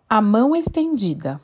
A mão estendida.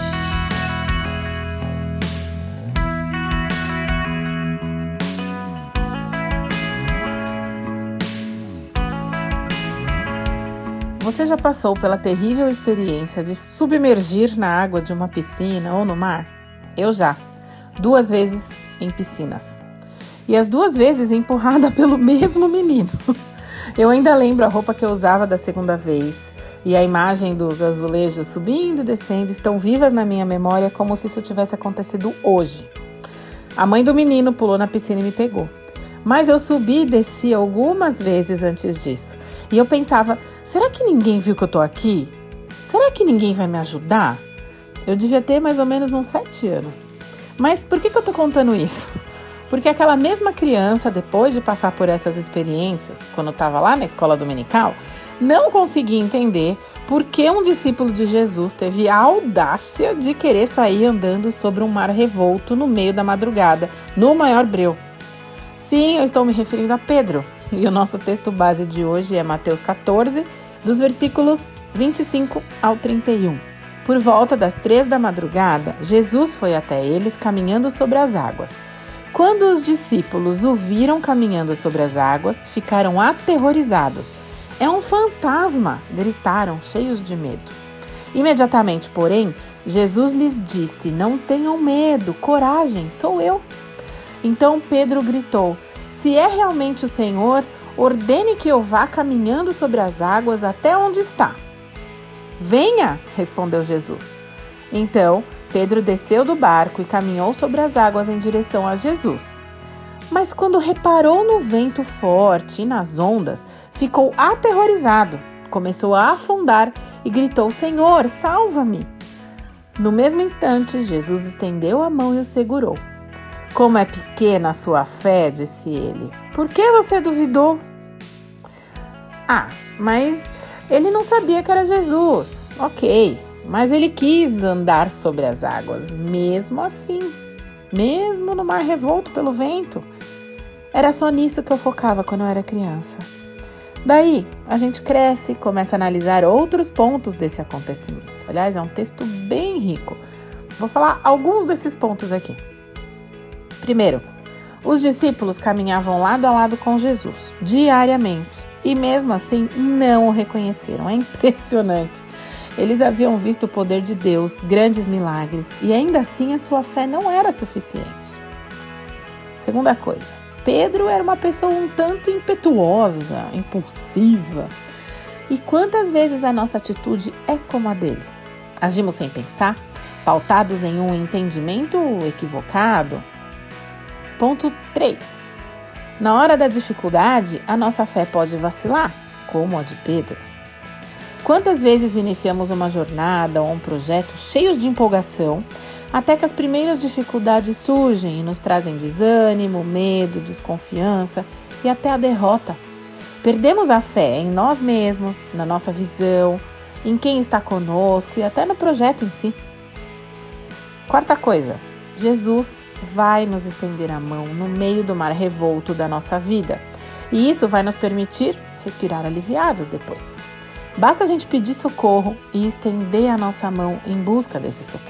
Você já passou pela terrível experiência de submergir na água de uma piscina ou no mar? Eu já. 2 vezes em piscinas. E as 2 vezes empurrada pelo mesmo menino. Eu ainda lembro a roupa que eu usava da segunda vez. E a imagem dos azulejos subindo e descendo estão vivas na minha memória como se isso tivesse acontecido hoje. A mãe do menino pulou na piscina e me pegou. Mas eu subi e desci algumas vezes antes disso. E eu pensava, será que ninguém viu que eu tô aqui? Será que ninguém vai me ajudar? Eu devia ter mais ou menos uns 7 anos. Mas por que eu tô contando isso? Porque aquela mesma criança, depois de passar por essas experiências, quando eu estava lá na escola dominical, não conseguia entender por que um discípulo de Jesus teve a audácia de querer sair andando sobre um mar revolto no meio da madrugada, no maior breu. Sim, eu estou me referindo a Pedro. E o nosso texto base de hoje é Mateus 14, dos versículos 25 ao 31. Por volta das 3 da madrugada, Jesus foi até eles caminhando sobre as águas. Quando os discípulos o viram caminhando sobre as águas, ficaram aterrorizados. É um fantasma! Gritaram, cheios de medo. Imediatamente, porém, Jesus lhes disse, não tenham medo, coragem, sou eu. Então Pedro gritou, se é realmente o Senhor, ordene que eu vá caminhando sobre as águas até onde está. Venha, respondeu Jesus. Então, Pedro desceu do barco e caminhou sobre as águas em direção a Jesus. Mas quando reparou no vento forte e nas ondas, ficou aterrorizado, começou a afundar e gritou, Senhor, salva-me! No mesmo instante, Jesus estendeu a mão e o segurou. Como é pequena a sua fé, disse ele. Por que você duvidou? Mas ele não sabia que era Jesus. Ok, mas ele quis andar sobre as águas, mesmo assim, mesmo no mar revolto pelo vento. Era só nisso que eu focava quando eu era criança. Daí, a gente cresce e começa a analisar outros pontos desse acontecimento. Aliás, é um texto bem rico. Vou falar alguns desses pontos aqui. Primeiro, os discípulos caminhavam lado a lado com Jesus, diariamente, e mesmo assim não o reconheceram. É impressionante. Eles haviam visto o poder de Deus, grandes milagres, e ainda assim a sua fé não era suficiente. Segunda coisa, Pedro era uma pessoa um tanto impetuosa, impulsiva. E quantas vezes a nossa atitude é como a dele? Agimos sem pensar, pautados em um entendimento equivocado? Ponto 3. Na hora da dificuldade, a nossa fé pode vacilar, como a de Pedro. Quantas vezes iniciamos uma jornada ou um projeto cheios de empolgação, até que as primeiras dificuldades surgem e nos trazem desânimo, medo, desconfiança e até a derrota. Perdemos a fé em nós mesmos, na nossa visão, em quem está conosco e até no projeto em si. Quarta coisa, Jesus vai nos estender a mão no meio do mar revolto da nossa vida. E isso vai nos permitir respirar aliviados depois. Basta a gente pedir socorro e estender a nossa mão em busca desse socorro.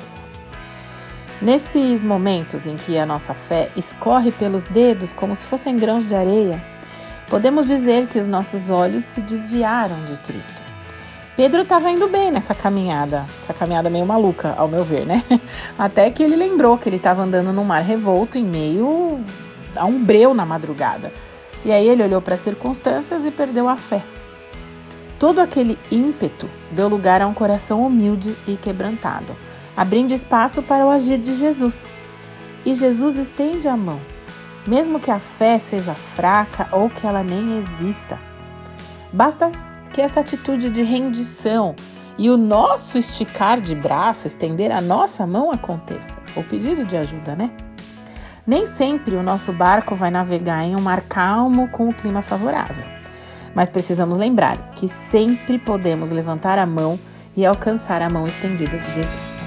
Nesses momentos em que a nossa fé escorre pelos dedos como se fossem grãos de areia, podemos dizer que os nossos olhos se desviaram de Cristo. Pedro estava indo bem nessa caminhada, essa caminhada meio maluca, ao meu ver, né? Até que ele lembrou que ele estava andando num mar revolto em meio a um breu na madrugada. E aí ele olhou para as circunstâncias e perdeu a fé. Todo aquele ímpeto deu lugar a um coração humilde e quebrantado, abrindo espaço para o agir de Jesus. E Jesus estende a mão, mesmo que a fé seja fraca ou que ela nem exista. Basta que essa atitude de rendição e o nosso esticar de braço, estender a nossa mão aconteça. O pedido de ajuda, né? Nem sempre o nosso barco vai navegar em um mar calmo com o clima favorável. Mas precisamos lembrar que sempre podemos levantar a mão e alcançar a mão estendida de Jesus.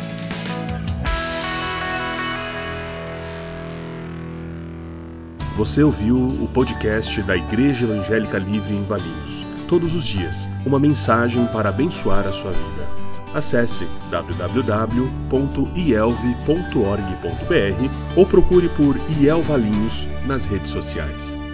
Você ouviu o podcast da Igreja Evangélica Livre em Valinhos. Todos os dias, uma mensagem para abençoar a sua vida. Acesse www.ielve.org.br ou procure por IEL Valinhos nas redes sociais.